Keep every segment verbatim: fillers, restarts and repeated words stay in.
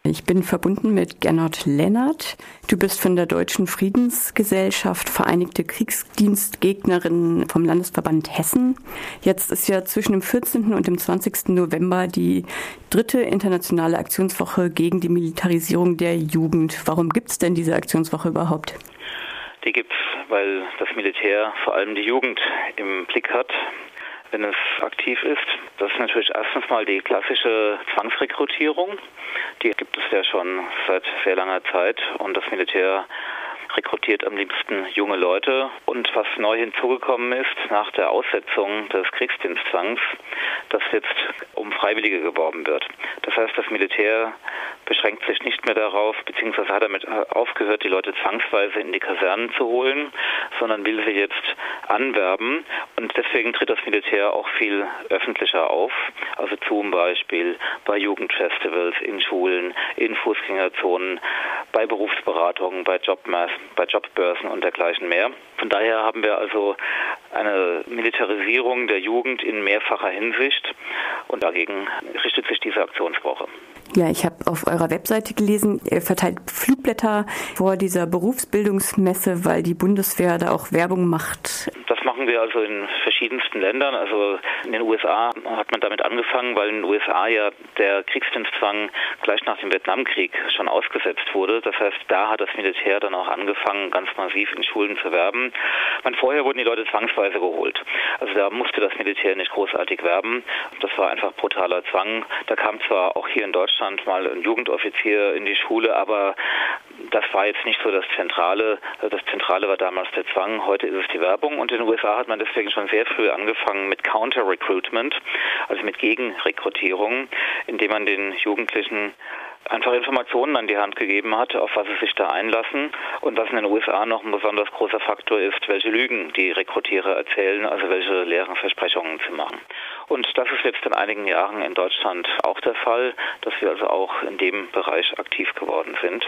Ich bin verbunden mit Gernot Lennart. Du bist von der Deutschen Friedensgesellschaft Vereinigte Kriegsdienstgegnerinnen vom Landesverband Hessen. Jetzt ist ja zwischen dem vierzehnten und dem zwanzigsten November die dritte internationale Aktionswoche gegen die Militarisierung der Jugend. Warum gibt es denn diese Aktionswoche überhaupt? Die gibt's, weil das Militär vor allem die Jugend im Blick hat, wenn es aktiv ist. Das ist natürlich erstens mal die klassische Zwangsrekrutierung. Die gibt es ja schon seit sehr langer Zeit und das Militär rekrutiert am liebsten junge Leute. Und was neu hinzugekommen ist nach der Aussetzung des Kriegsdienstzwangs, dass jetzt um Freiwillige geworben wird. Das heißt, das Militär beschränkt sich nicht mehr darauf, beziehungsweise hat damit aufgehört, die Leute zwangsweise in die Kasernen zu holen, sondern will sie jetzt anwerben. Und deswegen tritt das Militär auch viel öffentlicher auf. Also zum Beispiel bei Jugendfestivals, in Schulen, in Fußgängerzonen, bei Berufsberatungen, bei Jobmessen, bei Jobbörsen und dergleichen mehr. Von daher haben wir also eine Militarisierung der Jugend in mehrfacher Hinsicht und dagegen richtet sich diese Aktionswoche. Ja, ich habe auf eurer Webseite gelesen, ihr verteilt Flugblätter vor dieser Berufsbildungsmesse, weil die Bundeswehr da auch Werbung macht. Das machen wir also in verschiedensten Ländern. Also in den U S A hat man damit angefangen, weil in den U S A ja der Kriegsdienstzwang gleich nach dem Vietnamkrieg schon ausgesetzt wurde. Das heißt, da hat das Militär dann auch angefangen, ganz massiv in Schulen zu werben. Man, vorher wurden die Leute zwangsweise geholt. Also da musste das Militär nicht großartig werben. Das war einfach brutaler Zwang. Da kam zwar auch hier in Deutschland mal ein Jugendoffizier in die Schule, aber das war jetzt nicht so das Zentrale. Das Zentrale war damals der Zwang, heute ist es die Werbung. Und in den U S A hat man deswegen schon sehr früh angefangen mit Counter-Recruitment, also mit Gegenrekrutierung, indem man den Jugendlichen einfach Informationen an die Hand gegeben hat, auf was sie sich da einlassen. Und was in den U S A noch ein besonders großer Faktor ist, welche Lügen die Rekrutierer erzählen, also welche leeren Versprechungen zu machen. Und das ist jetzt in einigen Jahren in Deutschland auch der Fall, dass wir also auch in dem Bereich aktiv geworden sind.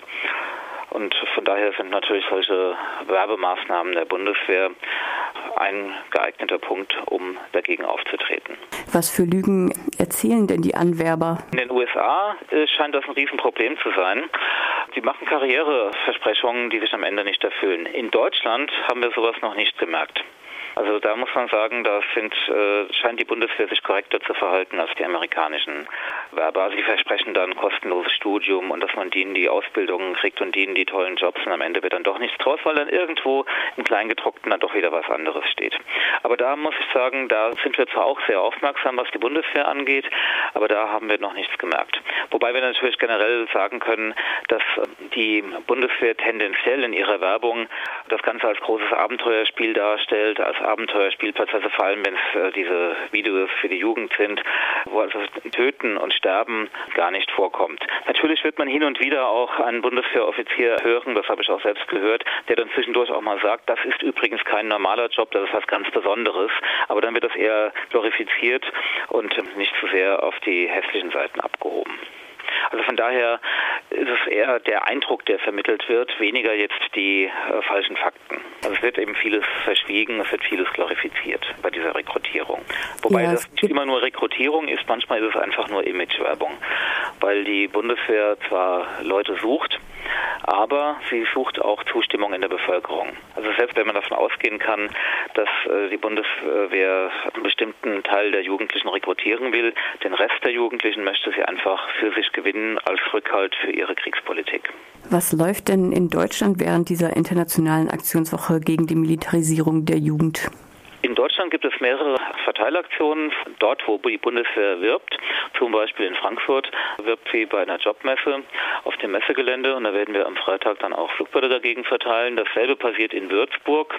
Und von daher sind natürlich solche Werbemaßnahmen der Bundeswehr ein geeigneter Punkt, um dagegen aufzutreten. Was für Lügen erzählen denn die Anwerber? In den U S A scheint das ein Riesenproblem zu sein. Sie machen Karriereversprechungen, die sich am Ende nicht erfüllen. In Deutschland haben wir sowas noch nicht gemerkt. Also da muss man sagen, da sind, äh, scheint die Bundeswehr sich korrekter zu verhalten als die amerikanischen Werber. Also die versprechen dann kostenloses Studium und dass man denen die Ausbildungen kriegt und denen die tollen Jobs und am Ende wird dann doch nichts draus, weil dann irgendwo im Kleingedruckten dann doch wieder was anderes steht. Aber da muss ich sagen, da sind wir zwar auch sehr aufmerksam, was die Bundeswehr angeht, aber da haben wir noch nichts gemerkt. Wobei wir natürlich generell sagen können, dass die Bundeswehr tendenziell in ihrer Werbung das Ganze als großes Abenteuerspiel darstellt, als Abenteuerspielplatz, also vor allem, wenn es äh, diese Videos für die Jugend sind, wo also Töten und Sterben gar nicht vorkommt. Natürlich wird man hin und wieder auch einen Bundeswehroffizier hören, das habe ich auch selbst gehört, der dann zwischendurch auch mal sagt, das ist übrigens kein normaler Job, das ist was ganz Besonderes, aber dann wird das eher glorifiziert und nicht zu sehr auf die hässlichen Seiten abgehoben. Also von daher ist es eher der Eindruck, der vermittelt wird, weniger jetzt die äh, falschen Fakten. Also es wird eben vieles verschwiegen, es wird vieles glorifiziert bei dieser Rekrutierung. Wobei ja, das nicht immer nur Rekrutierung ist, manchmal ist es einfach nur Imagewerbung, weil die Bundeswehr zwar Leute sucht, aber sie sucht auch Zustimmung in der Bevölkerung. Also selbst wenn man davon ausgehen kann, dass äh, die Bundeswehr einen bestimmten Teil der Jugendlichen rekrutieren will, den Rest der Jugendlichen möchte sie einfach für sich gewinnen als Rückhalt für ihre Kriegspolitik. Was läuft denn in Deutschland während dieser internationalen Aktionswoche gegen die Militarisierung der Jugend? In Deutschland gibt es mehrere Verteilaktionen, dort wo die Bundeswehr wirbt. Zum Beispiel in Frankfurt wirbt sie bei einer Jobmesse auf dem Messegelände und da werden wir am Freitag dann auch Flugblätter dagegen verteilen. Dasselbe passiert in Würzburg.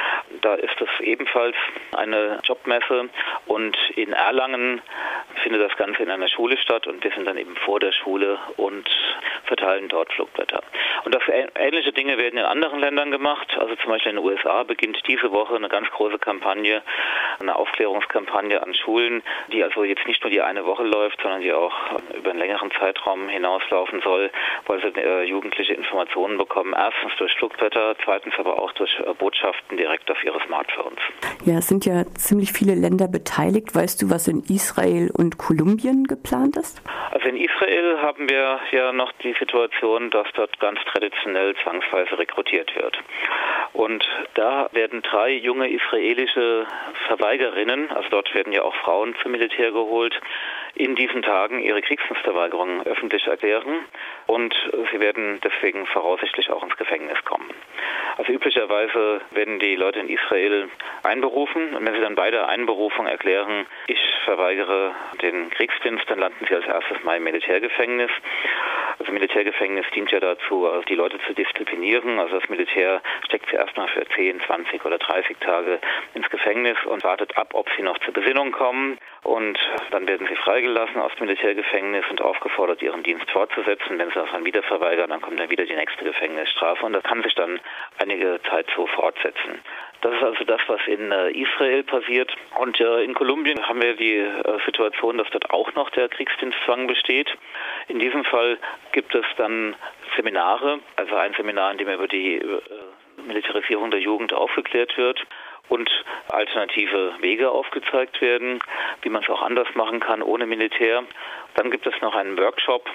Da ist es ebenfalls eine Jobmesse und in Erlangen findet das Ganze in einer Schule statt und wir sind dann eben vor der Schule und verteilen dort Flugblätter. Und das ähnliche Dinge werden in anderen Ländern gemacht. Also zum Beispiel in den U S A beginnt diese Woche eine ganz große Kampagne, eine Aufklärungskampagne an Schulen, die also jetzt nicht nur die eine Woche läuft, sondern die auch über einen längeren Zeitraum hinauslaufen soll, weil sie äh, Jugendliche Informationen bekommen. Erstens durch Flugblätter, zweitens aber auch durch äh, Botschaften direkt auf ihre Smartphones. Ja, es sind ja ziemlich viele Länder beteiligt. Weißt du, was in Israel und Kolumbien geplant ist? Also in Israel haben wir ja noch die Situation, dass dort ganz traditionell zwangsweise rekrutiert wird. Und da werden drei junge israelische Verweigerinnen, also dort werden ja auch Frauen zum Militär geholt, in diesen Tagen ihre Kriegsdienstverweigerung öffentlich erklären und sie werden deswegen voraussichtlich auch ins Gefängnis kommen. Also üblicherweise werden die Leute in Israel einberufen und wenn sie dann bei der Einberufung erklären, ich verweigere den Kriegsdienst, dann landen sie als erstes mal im Militärgefängnis. Das Militärgefängnis dient ja dazu, die Leute zu disziplinieren. Also das Militär steckt sie erstmal für zehn, zwanzig oder dreißig Tage ins Gefängnis und wartet ab, ob sie noch zur Besinnung kommen. Und dann werden sie freigelassen aus dem Militärgefängnis und aufgefordert, ihren Dienst fortzusetzen. Wenn sie das dann wieder verweigern, dann kommt dann wieder die nächste Gefängnisstrafe. Und das kann sich dann einige Zeit so fortsetzen. Das ist also das, was in äh, Israel passiert. Und äh, in Kolumbien haben wir die äh, Situation, dass dort auch noch der Kriegsdienstzwang besteht. In diesem Fall gibt es dann Seminare, also ein Seminar, in dem über die äh, Militarisierung der Jugend aufgeklärt wird und alternative Wege aufgezeigt werden, wie man es auch anders machen kann ohne Militär. Dann gibt es noch einen Workshop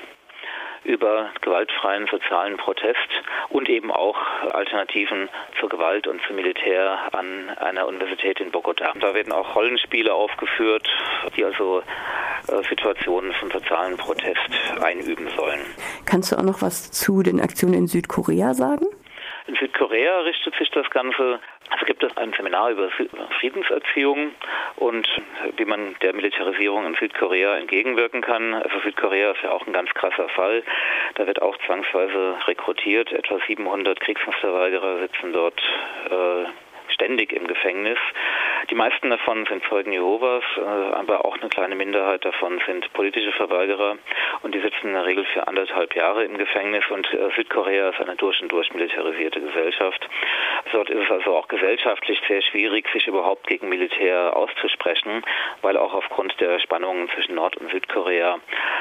über gewaltfreien sozialen Protest und eben auch Alternativen zur Gewalt und zum Militär an einer Universität in Bogotá. Da werden auch Rollenspiele aufgeführt, die also äh, Situationen von sozialen Protest einüben sollen. Kannst du auch noch was zu den Aktionen in Südkorea sagen? In Südkorea richtet sich das Ganze, es gibt ein Seminar über Friedenserziehung und wie man der Militarisierung in Südkorea entgegenwirken kann. Also Südkorea ist ja auch ein ganz krasser Fall. Da wird auch zwangsweise rekrutiert. Etwa siebenhundert Kriegsdienstverweigerer sitzen dort äh, ständig im Gefängnis. Die meisten davon sind Zeugen Jehovas, aber auch eine kleine Minderheit davon sind politische Verweigerer und die sitzen in der Regel für anderthalb Jahre im Gefängnis und Südkorea ist eine durch und durch militarisierte Gesellschaft. Dort ist es also auch gesellschaftlich sehr schwierig, sich überhaupt gegen Militär auszusprechen, weil auch aufgrund der Spannungen zwischen Nord- und Südkorea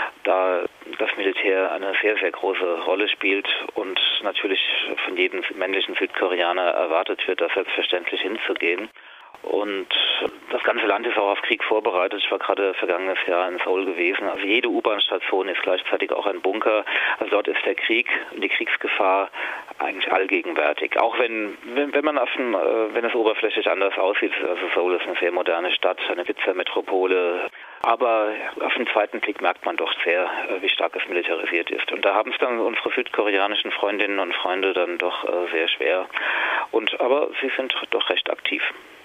da das Militär eine sehr, sehr große Rolle spielt und natürlich von jedem männlichen Südkoreaner erwartet wird, da selbstverständlich hinzugehen. Und das ganze Land ist auch auf Krieg vorbereitet. Ich war gerade vergangenes Jahr in Seoul gewesen. Also jede U-Bahn-Station ist gleichzeitig auch ein Bunker. Also dort ist der Krieg und die Kriegsgefahr eigentlich allgegenwärtig. Auch wenn wenn man auf dem, wenn es oberflächlich anders aussieht. Also Seoul ist eine sehr moderne Stadt, eine Pizzametropole. Aber auf den zweiten Blick merkt man doch sehr, wie stark es militarisiert ist. Und da haben es dann unsere südkoreanischen Freundinnen und Freunde dann doch sehr schwer. Und aber sie sind doch recht aktiv.